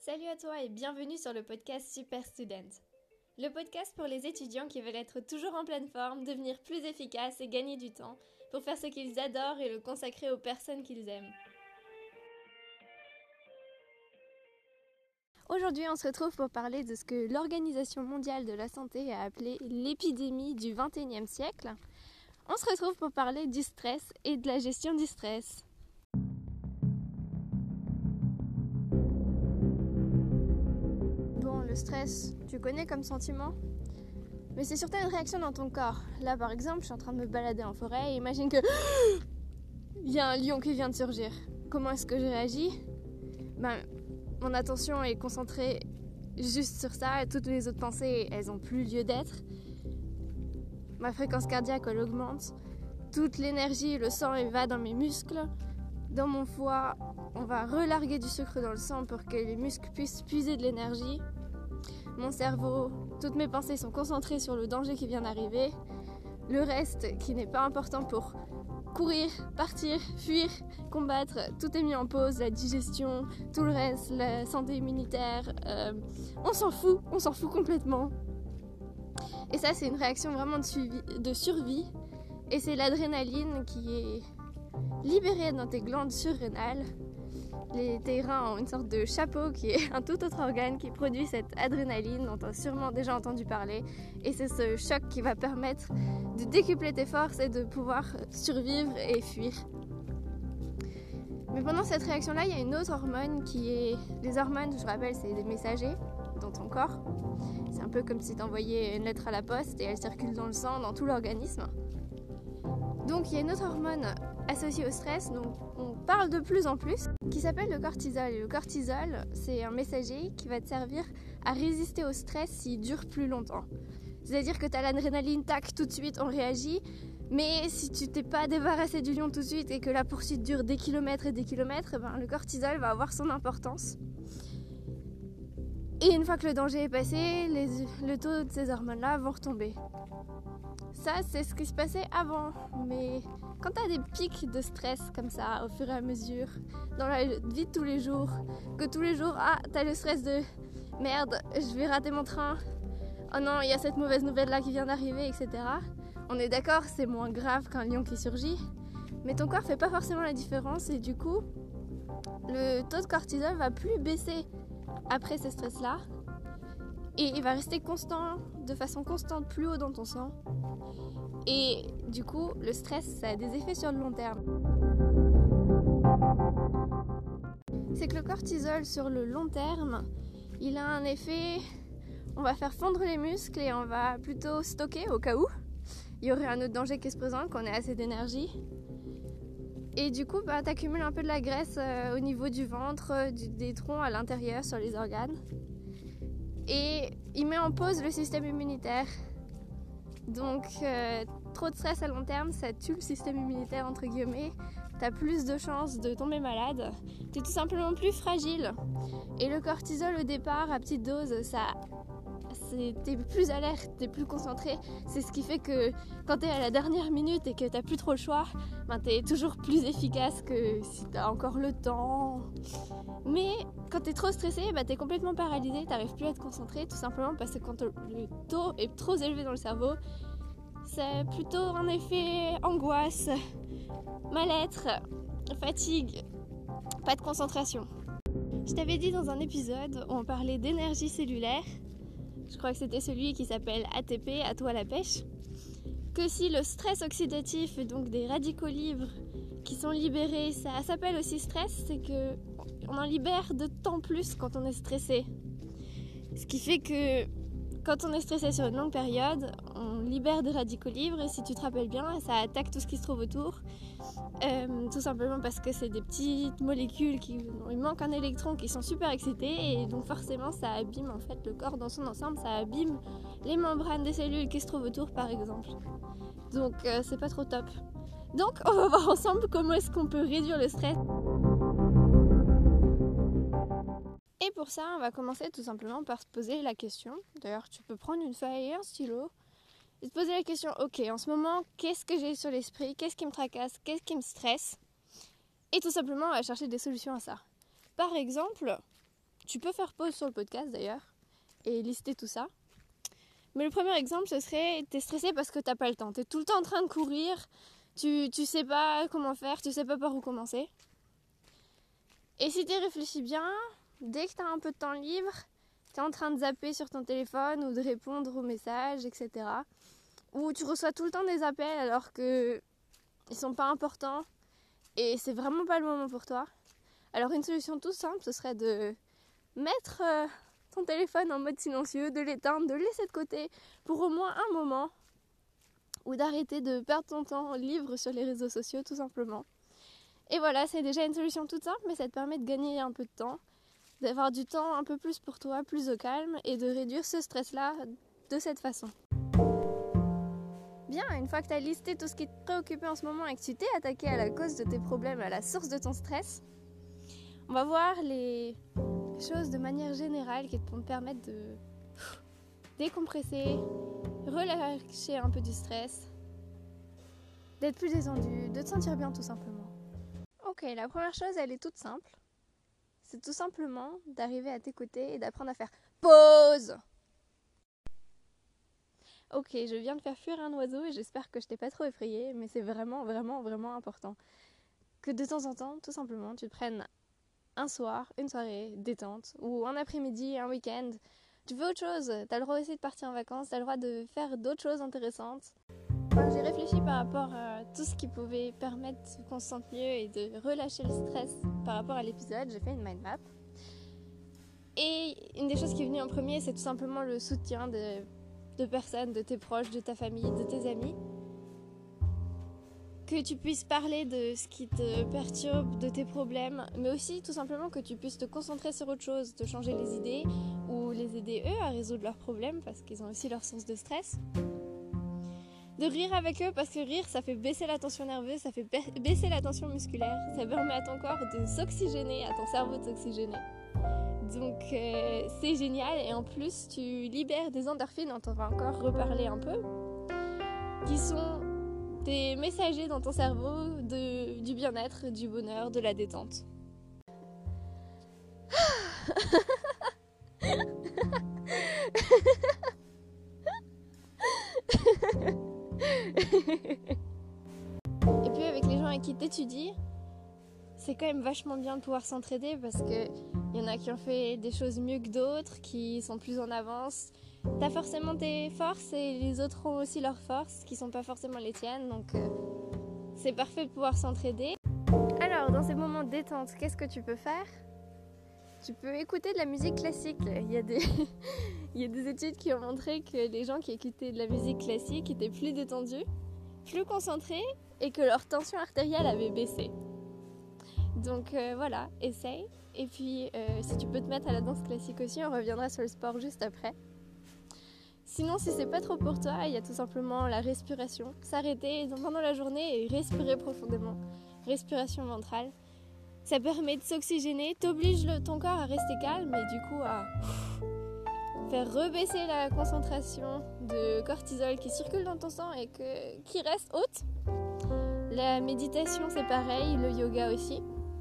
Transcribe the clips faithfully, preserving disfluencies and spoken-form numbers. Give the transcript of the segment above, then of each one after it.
Salut à toi et bienvenue sur le podcast Super Student. Le podcast pour les étudiants qui veulent être toujours en pleine forme, devenir plus efficaces et gagner du temps pour faire ce qu'ils adorent et le consacrer aux personnes qu'ils aiment. Aujourd'hui, on se retrouve pour parler de ce que l'Organisation mondiale de la santé a appelé l'épidémie du vingt et unième siècle. On se retrouve pour parler du stress et de la gestion du stress. Bon, le stress, tu connais comme sentiment ? Mais c'est surtout une réaction dans ton corps. Là, par exemple, je suis en train de me balader en forêt et imagine que il y a un lion qui vient de surgir. Comment est-ce que je réagis ? Ben, mon attention est concentrée juste sur ça et toutes les autres pensées, elles n'ont plus lieu d'être. Ma fréquence cardiaque, elle augmente. Toute l'énergie, le sang, il va dans mes muscles. Dans mon foie, on va relarguer du sucre dans le sang pour que les muscles puissent puiser de l'énergie. Mon cerveau, toutes mes pensées sont concentrées sur le danger qui vient d'arriver. Le reste, qui n'est pas important pour courir, partir, fuir, combattre, tout est mis en pause, la digestion, tout le reste, la santé immunitaire, euh, on s'en fout, on s'en fout complètement. Et ça, c'est une réaction vraiment de, suivi, de survie. Et c'est l'adrénaline qui est libérée dans tes glandes surrénales. Les, tes reins ont une sorte de chapeau qui est un tout autre organe qui produit cette adrénaline dont tu as sûrement déjà entendu parler. Et c'est ce choc qui va permettre de décupler tes forces et de pouvoir survivre et fuir. Mais pendant cette réaction-là, il y a une autre hormone qui est... Les hormones, je rappelle, c'est des messagers dans ton corps. C'est un peu comme si tu envoyais une lettre à la poste et elle circule dans le sang, dans tout l'organisme. Donc il y a une autre hormone associée au stress dont on parle de plus en plus, qui s'appelle le cortisol. Et le cortisol, c'est un messager qui va te servir à résister au stress s'il dure plus longtemps. C'est-à-dire que tu as l'adrénaline, tac, tout de suite on réagit, mais si tu t'es pas débarrassé du lion tout de suite et que la poursuite dure des kilomètres et des kilomètres, ben, le cortisol va avoir son importance. Et une fois que le danger est passé, les, le taux de ces hormones-là vont retomber. Ça, c'est ce qui se passait avant, mais quand tu as des pics de stress comme ça, au fur et à mesure, dans la vie de tous les jours, que tous les jours, ah, tu as le stress de « merde, je vais rater mon train », « oh non, il y a cette mauvaise nouvelle-là qui vient d'arriver », et cetera. On est d'accord, c'est moins grave qu'un lion qui surgit, mais ton corps fait pas forcément la différence et du coup, le taux de cortisol va plus baisser après ce stress-là et il va rester constant, de façon constante, plus haut dans ton sang. Et du coup, le stress, ça a des effets sur le long terme. C'est que le cortisol, sur le long terme, il a un effet... On va faire fondre les muscles et on va plutôt stocker au cas où il y aurait un autre danger qui se présente, qu'on ait assez d'énergie. Et du coup, bah, tu accumules un peu de la graisse euh, au niveau du ventre, du, des troncs à l'intérieur, sur les organes. Et il met en pause le système immunitaire. Donc, euh, trop de stress à long terme, ça tue le système immunitaire, entre guillemets. Tu as plus de chances de tomber malade. Tu es tout simplement plus fragile. Et le cortisol, au départ, à petite dose, ça... t'es plus alerte, t'es plus concentré. C'est ce qui fait que quand t'es à la dernière minute et que t'as plus trop le choix, ben t'es toujours plus efficace que si t'as encore le temps. Mais quand t'es trop stressé, ben t'es complètement paralysé, t'arrives plus à te concentrer, tout simplement parce que quand le taux est trop élevé dans le cerveau, c'est plutôt un effet angoisse, mal-être, fatigue, pas de concentration. Je t'avais dit dans un épisode où on parlait d'énergie cellulaire, je crois que c'était celui qui s'appelle A T P, à toi la pêche, que si le stress oxydatif, et donc des radicaux libres qui sont libérés, ça s'appelle aussi stress, c'est que on en libère de temps plus quand on est stressé. Ce qui fait que quand on est stressé sur une longue période, on libère des radicaux libres et si tu te rappelles bien, ça attaque tout ce qui se trouve autour. Euh, tout simplement parce que c'est des petites molécules qui dont il manque un électron qui sont super excitées et donc forcément ça abîme en fait le corps dans son ensemble, ça abîme les membranes des cellules qui se trouvent autour par exemple. Donc euh, c'est pas trop top. Donc on va voir ensemble comment est-ce qu'on peut réduire le stress. Et pour ça, on va commencer tout simplement par se poser la question. D'ailleurs, tu peux prendre une feuille et un stylo et te poser la question, ok, en ce moment, qu'est-ce que j'ai sur l'esprit? Qu'est-ce qui me tracasse? Qu'est-ce qui me stresse? Et tout simplement, on va chercher des solutions à ça. Par exemple, Tu peux faire pause sur le podcast d'ailleurs et lister tout ça. Mais le premier exemple, ce serait, t'es stressé parce que t'as pas le temps. T'es tout le temps en train de courir, tu, tu sais pas comment faire, tu sais pas par où commencer. Et si t'y réfléchis bien, dès que t'as un peu de temps libre, t'es en train de zapper sur ton téléphone ou de répondre aux messages, et cetera. Ou tu reçois tout le temps des appels alors que ils sont pas importants et c'est vraiment pas le moment pour toi. Alors une solution toute simple, ce serait de mettre euh, ton téléphone en mode silencieux, de l'éteindre, de le laisser de côté pour au moins un moment, ou d'arrêter de perdre ton temps libre sur les réseaux sociaux tout simplement. Et voilà, c'est déjà une solution toute simple, mais ça te permet de gagner un peu de temps, d'avoir du temps un peu plus pour toi, plus au calme, et de réduire ce stress-là de cette façon. Bien, une fois que tu as listé tout ce qui te préoccupait en ce moment et que tu t'es attaqué à la cause de tes problèmes, à la source de ton stress, on va voir les choses de manière générale qui vont te permettre de décompresser, relâcher un peu du stress, d'être plus détendu, de te sentir bien tout simplement. Ok, la première chose, elle est toute simple. C'est tout simplement d'arriver à t'écouter et d'apprendre à faire pause. Ok, je viens de faire fuir un oiseau et j'espère que je t'ai pas trop effrayé, mais c'est vraiment, vraiment, vraiment important que de temps en temps, tout simplement, tu te prennes un soir, une soirée détente, ou un après-midi, un week-end. Tu veux autre chose, t'as le droit aussi de partir en vacances, t'as le droit de faire d'autres choses intéressantes. Quand j'ai réfléchi par rapport à tout ce qui pouvait permettre qu'on se sente mieux et de relâcher le stress par rapport à l'épisode, j'ai fait une mind map. Et une des choses qui est venue en premier, c'est tout simplement le soutien de, de personnes, de tes proches, de ta famille, de tes amis. Que tu puisses parler de ce qui te perturbe, de tes problèmes, mais aussi tout simplement que tu puisses te concentrer sur autre chose, te changer les idées ou les aider eux à résoudre leurs problèmes parce qu'ils ont aussi leur source de stress. De rire avec eux parce que rire ça fait baisser la tension nerveuse, ça fait baisser la tension musculaire, ça permet à ton corps de s'oxygéner, à ton cerveau de s'oxygéner. Donc euh, c'est génial et en plus tu libères des endorphines, dont on va encore reparler un peu, qui sont des messagers dans ton cerveau de, du bien-être, du bonheur, de la détente. Et puis avec les gens avec qui t'étudies, c'est quand même vachement bien de pouvoir s'entraider parce que il y en a qui ont fait des choses mieux que d'autres, qui sont plus en avance. T'as forcément tes forces et les autres ont aussi leurs forces qui sont pas forcément les tiennes, donc euh, c'est parfait de pouvoir s'entraider. Alors dans ces moments de détente, qu'est-ce que tu peux faire ? Tu peux écouter de la musique classique. Il y a des, il y a des études qui ont montré que les gens qui écoutaient de la musique classique étaient plus détendus, plus concentrés et que leur tension artérielle avait baissé. Donc euh, voilà, essaye. Et puis euh, si tu peux te mettre à la danse classique aussi, on reviendra sur le sport juste après. Sinon, si c'est pas trop pour toi, il y a tout simplement la respiration. S'arrêter pendant la journée et respirer profondément. Respiration ventrale. Ça permet de s'oxygéner, t'oblige le, ton corps à rester calme et du coup à faire rebaisser la concentration de cortisol qui circule dans ton sang et que, qui reste haute. La méditation c'est pareil, le yoga aussi.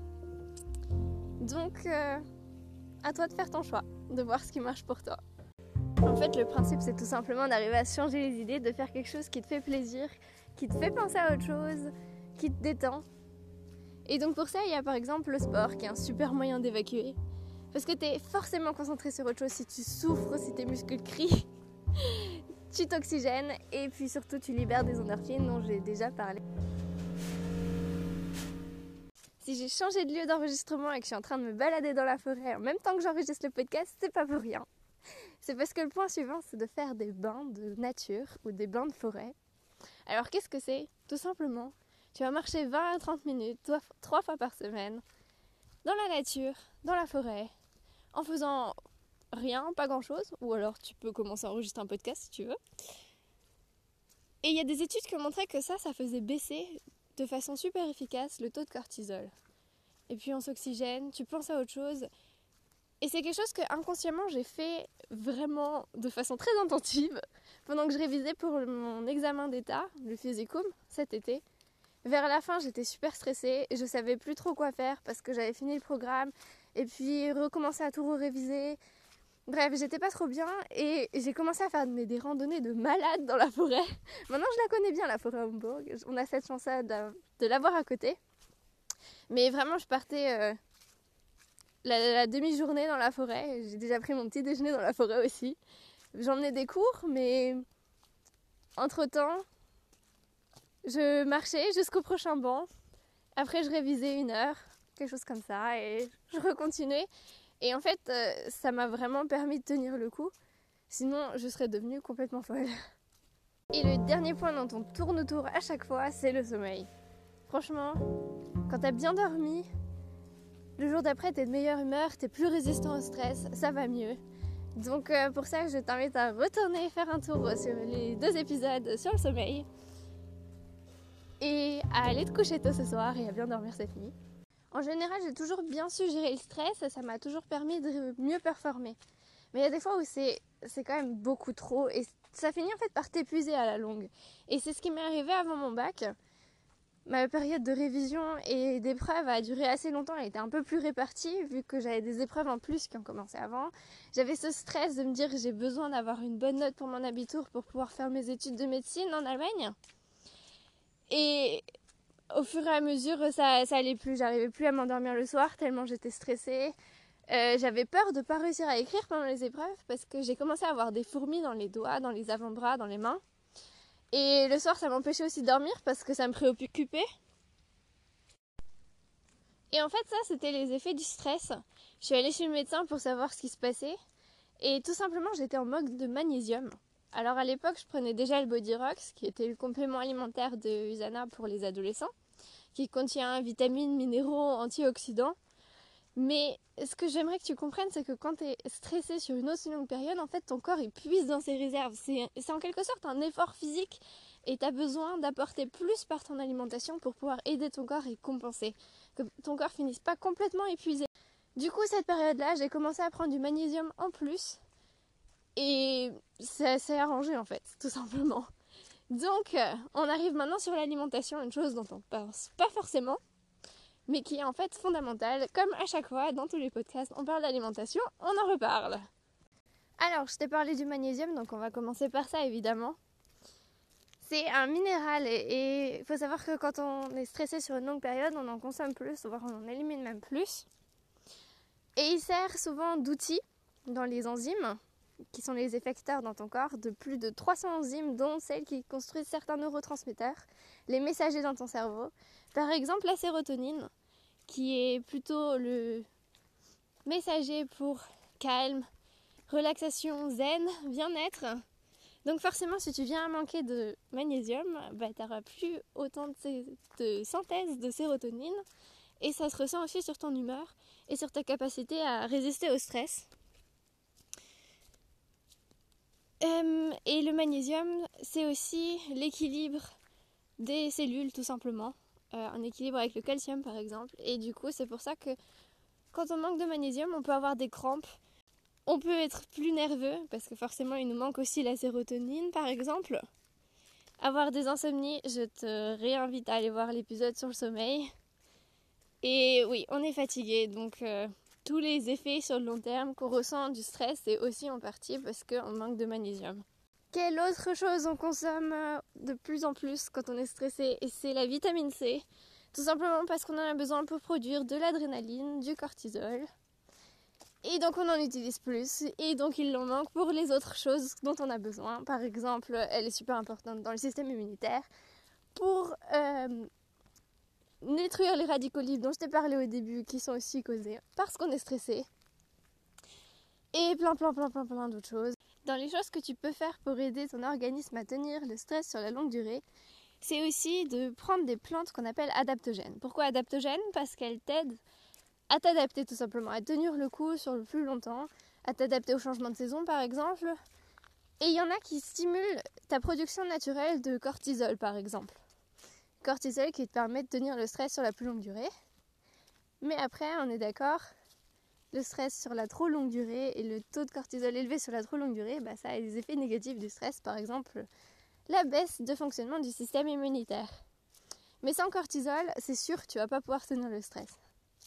Donc, euh, à toi de faire ton choix, de voir ce qui marche pour toi. En fait, le principe, c'est tout simplement d'arriver à changer les idées, de faire quelque chose qui te fait plaisir, qui te fait penser à autre chose, qui te détend. Et donc pour ça, il y a par exemple le sport, qui est un super moyen d'évacuer. Parce que tu es forcément concentré sur autre chose. Si tu souffres, si tes muscles crient, tu t'oxygènes et puis surtout, tu libères des endorphines dont j'ai déjà parlé. Si j'ai changé de lieu d'enregistrement et que je suis en train de me balader dans la forêt en même temps que j'enregistre le podcast, c'est pas pour rien. C'est parce que le point suivant, c'est de faire des bains de nature ou des bains de forêt. Alors qu'est-ce que c'est ? Tout simplement, tu vas marcher vingt à trente minutes, trois fois par semaine, dans la nature, dans la forêt, en faisant rien, pas grand-chose, ou alors tu peux commencer à enregistrer un podcast si tu veux. Et il y a des études qui ont montré que ça, ça faisait baisser de façon super efficace le taux de cortisol. Et puis on s'oxygène, tu penses à autre chose. Et c'est quelque chose que inconsciemment j'ai fait vraiment de façon très intensive pendant que je révisais pour mon examen d'état, le physicum, cet été. Vers la fin, j'étais super stressée et je savais plus trop quoi faire parce que j'avais fini le programme et puis recommencer à tout réviser. Bref, j'étais pas trop bien et j'ai commencé à faire mais, des randonnées de malade dans la forêt. Maintenant je la connais bien, la forêt à Hombourg, on a cette chance de, de l'avoir à côté. Mais vraiment je partais euh, la, la demi-journée dans la forêt, j'ai déjà pris mon petit déjeuner dans la forêt aussi. J'emmenais des cours, mais entre temps je marchais jusqu'au prochain banc. Après je révisais une heure, quelque chose comme ça, et je recontinuais. Et en fait, euh, ça m'a vraiment permis de tenir le coup. Sinon, je serais devenue complètement folle. Et le dernier point dont on tourne autour à chaque fois, c'est le sommeil. Franchement, quand t'as bien dormi, le jour d'après, t'es de meilleure humeur, t'es plus résistant au stress, ça va mieux. Donc euh, pour ça, je t'invite à retourner faire un tour sur les deux épisodes sur le sommeil. Et à aller te coucher tôt ce soir et à bien dormir cette nuit. En général, j'ai toujours bien su gérer le stress et ça m'a toujours permis de mieux performer. Mais il y a des fois où c'est, c'est quand même beaucoup trop et ça finit en fait par t'épuiser à la longue. Et c'est ce qui m'est arrivé avant mon bac. Ma période de révision et d'épreuves a duré assez longtemps, elle était un peu plus répartie vu que j'avais des épreuves en plus qui ont commencé avant. J'avais ce stress de me dire que j'ai besoin d'avoir une bonne note pour mon abitur pour pouvoir faire mes études de médecine en Allemagne. Et au fur et à mesure, ça, ça allait plus. J'arrivais plus à m'endormir le soir tellement j'étais stressée. Euh, j'avais peur de ne pas réussir à écrire pendant les épreuves parce que j'ai commencé à avoir des fourmis dans les doigts, dans les avant-bras, dans les mains. Et le soir, ça m'empêchait aussi de dormir parce que ça me préoccupait. Et en fait, ça, c'était les effets du stress. Je suis allée chez le médecin pour savoir ce qui se passait. Et tout simplement, j'étais en manque de magnésium. Alors à l'époque, je prenais déjà le Bodyrox, qui était le complément alimentaire de Usana pour les adolescents, qui contient vitamines, minéraux, antioxydants. Mais ce que j'aimerais que tu comprennes, c'est que quand tu es stressé sur une aussi longue période, en fait, ton corps il puise dans ses réserves. C'est, c'est en quelque sorte un effort physique et tu as besoin d'apporter plus par ton alimentation pour pouvoir aider ton corps et compenser. Que ton corps finisse pas complètement épuisé. Du coup, cette période-là, j'ai commencé à prendre du magnésium en plus. Et ça s'est arrangé en fait, tout simplement. Donc, euh, on arrive maintenant sur l'alimentation, une chose dont on ne pense pas forcément, mais qui est en fait fondamentale. Comme à chaque fois, dans tous les podcasts, on parle d'alimentation, on en reparle. Alors, je t'ai parlé du magnésium, donc on va commencer par ça évidemment. C'est un minéral et il faut savoir que quand on est stressé sur une longue période, on en consomme plus, voire on en élimine même plus. Et il sert souvent d'outil dans les enzymes, qui sont les effecteurs dans ton corps, de plus de trois cents enzymes, dont celles qui construisent certains neurotransmetteurs, les messagers dans ton cerveau. Par exemple, la sérotonine, qui est plutôt le messager pour calme, relaxation, zen, bien-être. Donc forcément, si tu viens à manquer de magnésium, bah, tu n'auras plus autant de, sé- de synthèse de sérotonine, et ça se ressent aussi sur ton humeur et sur ta capacité à résister au stress. Euh, et le magnésium, c'est aussi l'équilibre des cellules, tout simplement. Euh, un équilibre avec le calcium, par exemple. Et du coup, c'est pour ça que quand on manque de magnésium, on peut avoir des crampes. On peut être plus nerveux, parce que forcément, il nous manque aussi la sérotonine, par exemple. Avoir des insomnies, je te réinvite à aller voir l'épisode sur le sommeil. Et oui, on est fatigué, donc... Euh, tous les effets sur le long terme qu'on ressent du stress, c'est aussi en partie parce qu'on manque de magnésium. Quelle autre chose on consomme de plus en plus quand on est stressé? Et c'est la vitamine C. Tout simplement parce qu'on en a besoin pour produire de l'adrénaline, du cortisol. Et donc on en utilise plus. Et donc il en manque pour les autres choses dont on a besoin. Par exemple, elle est super importante dans le système immunitaire pour... Euh, détruire les radicaux libres dont je t'ai parlé au début, qui sont aussi causés parce qu'on est stressé. Et plein, plein, plein, plein, plein d'autres choses. Dans les choses que tu peux faire pour aider ton organisme à tenir le stress sur la longue durée, c'est aussi de prendre des plantes qu'on appelle adaptogènes. Pourquoi adaptogènes? Parce qu'elles t'aident à t'adapter tout simplement, à tenir le coup sur le plus longtemps, à t'adapter au changement de saison par exemple. Et il y en a qui stimulent ta production naturelle de cortisol par exemple. Cortisol qui te permet de tenir le stress sur la plus longue durée. Mais après, on est d'accord, le stress sur la trop longue durée et le taux de cortisol élevé sur la trop longue durée, bah, ça a des effets négatifs du stress, par exemple la baisse de fonctionnement du système immunitaire. Mais sans cortisol, c'est sûr que tu vas pas pouvoir tenir le stress.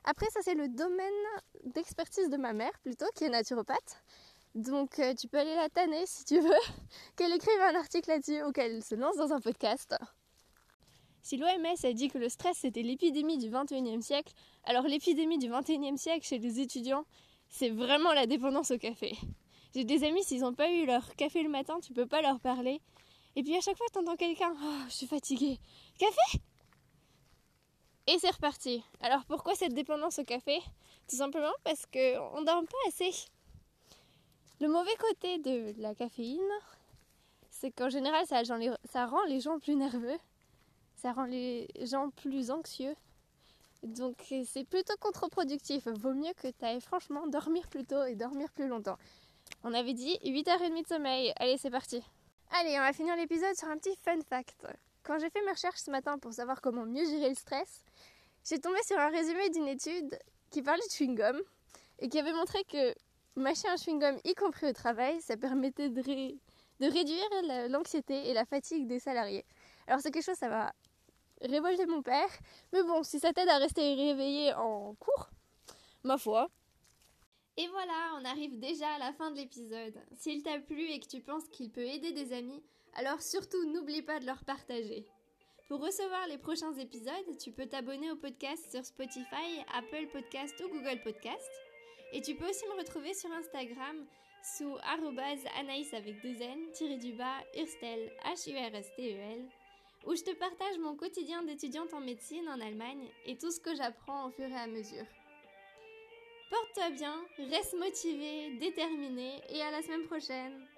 Après, ça c'est le domaine d'expertise de ma mère plutôt, qui est naturopathe. Donc euh, tu peux aller la tanner si tu veux, qu'elle écrive un article là-dessus ou qu'elle se lance dans un podcast. Si l'O M S a dit que le stress c'était l'épidémie du vingt et unième siècle, alors l'épidémie du vingt et unième siècle chez les étudiants, c'est vraiment la dépendance au café. J'ai des amis, s'ils n'ont pas eu leur café le matin, tu peux pas leur parler. Et puis à chaque fois, t'entends quelqu'un, oh, je suis fatiguée. Café ? Et c'est reparti. Alors pourquoi cette dépendance au café ? Tout simplement parce qu'on ne dort pas assez. Le mauvais côté de la caféine, c'est qu'en général, ça, ça rend les gens plus nerveux. Ça rend les gens plus anxieux. Donc c'est plutôt contre-productif. Vaut mieux que tu ailles franchement dormir plus tôt et dormir plus longtemps. On avait dit huit heures trente de sommeil. Allez, c'est parti. Allez, on va finir l'épisode sur un petit fun fact. Quand j'ai fait mes recherches ce matin pour savoir comment mieux gérer le stress, j'ai tombé sur un résumé d'une étude qui parlait de chewing-gum et qui avait montré que mâcher un chewing-gum, y compris au travail, ça permettait de, ré... de réduire l'anxiété et la fatigue des salariés. Alors c'est quelque chose, ça va révolter mon père, mais bon, si ça t'aide à rester réveillé en cours, ma foi. Et voilà, on arrive déjà à la fin de l'épisode. S'il t'a plu et que tu penses qu'il peut aider des amis, alors surtout n'oublie pas de leur partager. Pour recevoir les prochains épisodes, tu peux t'abonner au podcast sur Spotify, Apple Podcast ou Google Podcast. Et tu peux aussi me retrouver sur Instagram sous arobase anaïs avec deux n, tiré du bas, Hurstel, H U R S T E L, où je te partage mon quotidien d'étudiante en médecine en Allemagne et tout ce que j'apprends au fur et à mesure. Porte-toi bien, reste motivé, déterminé et à la semaine prochaine.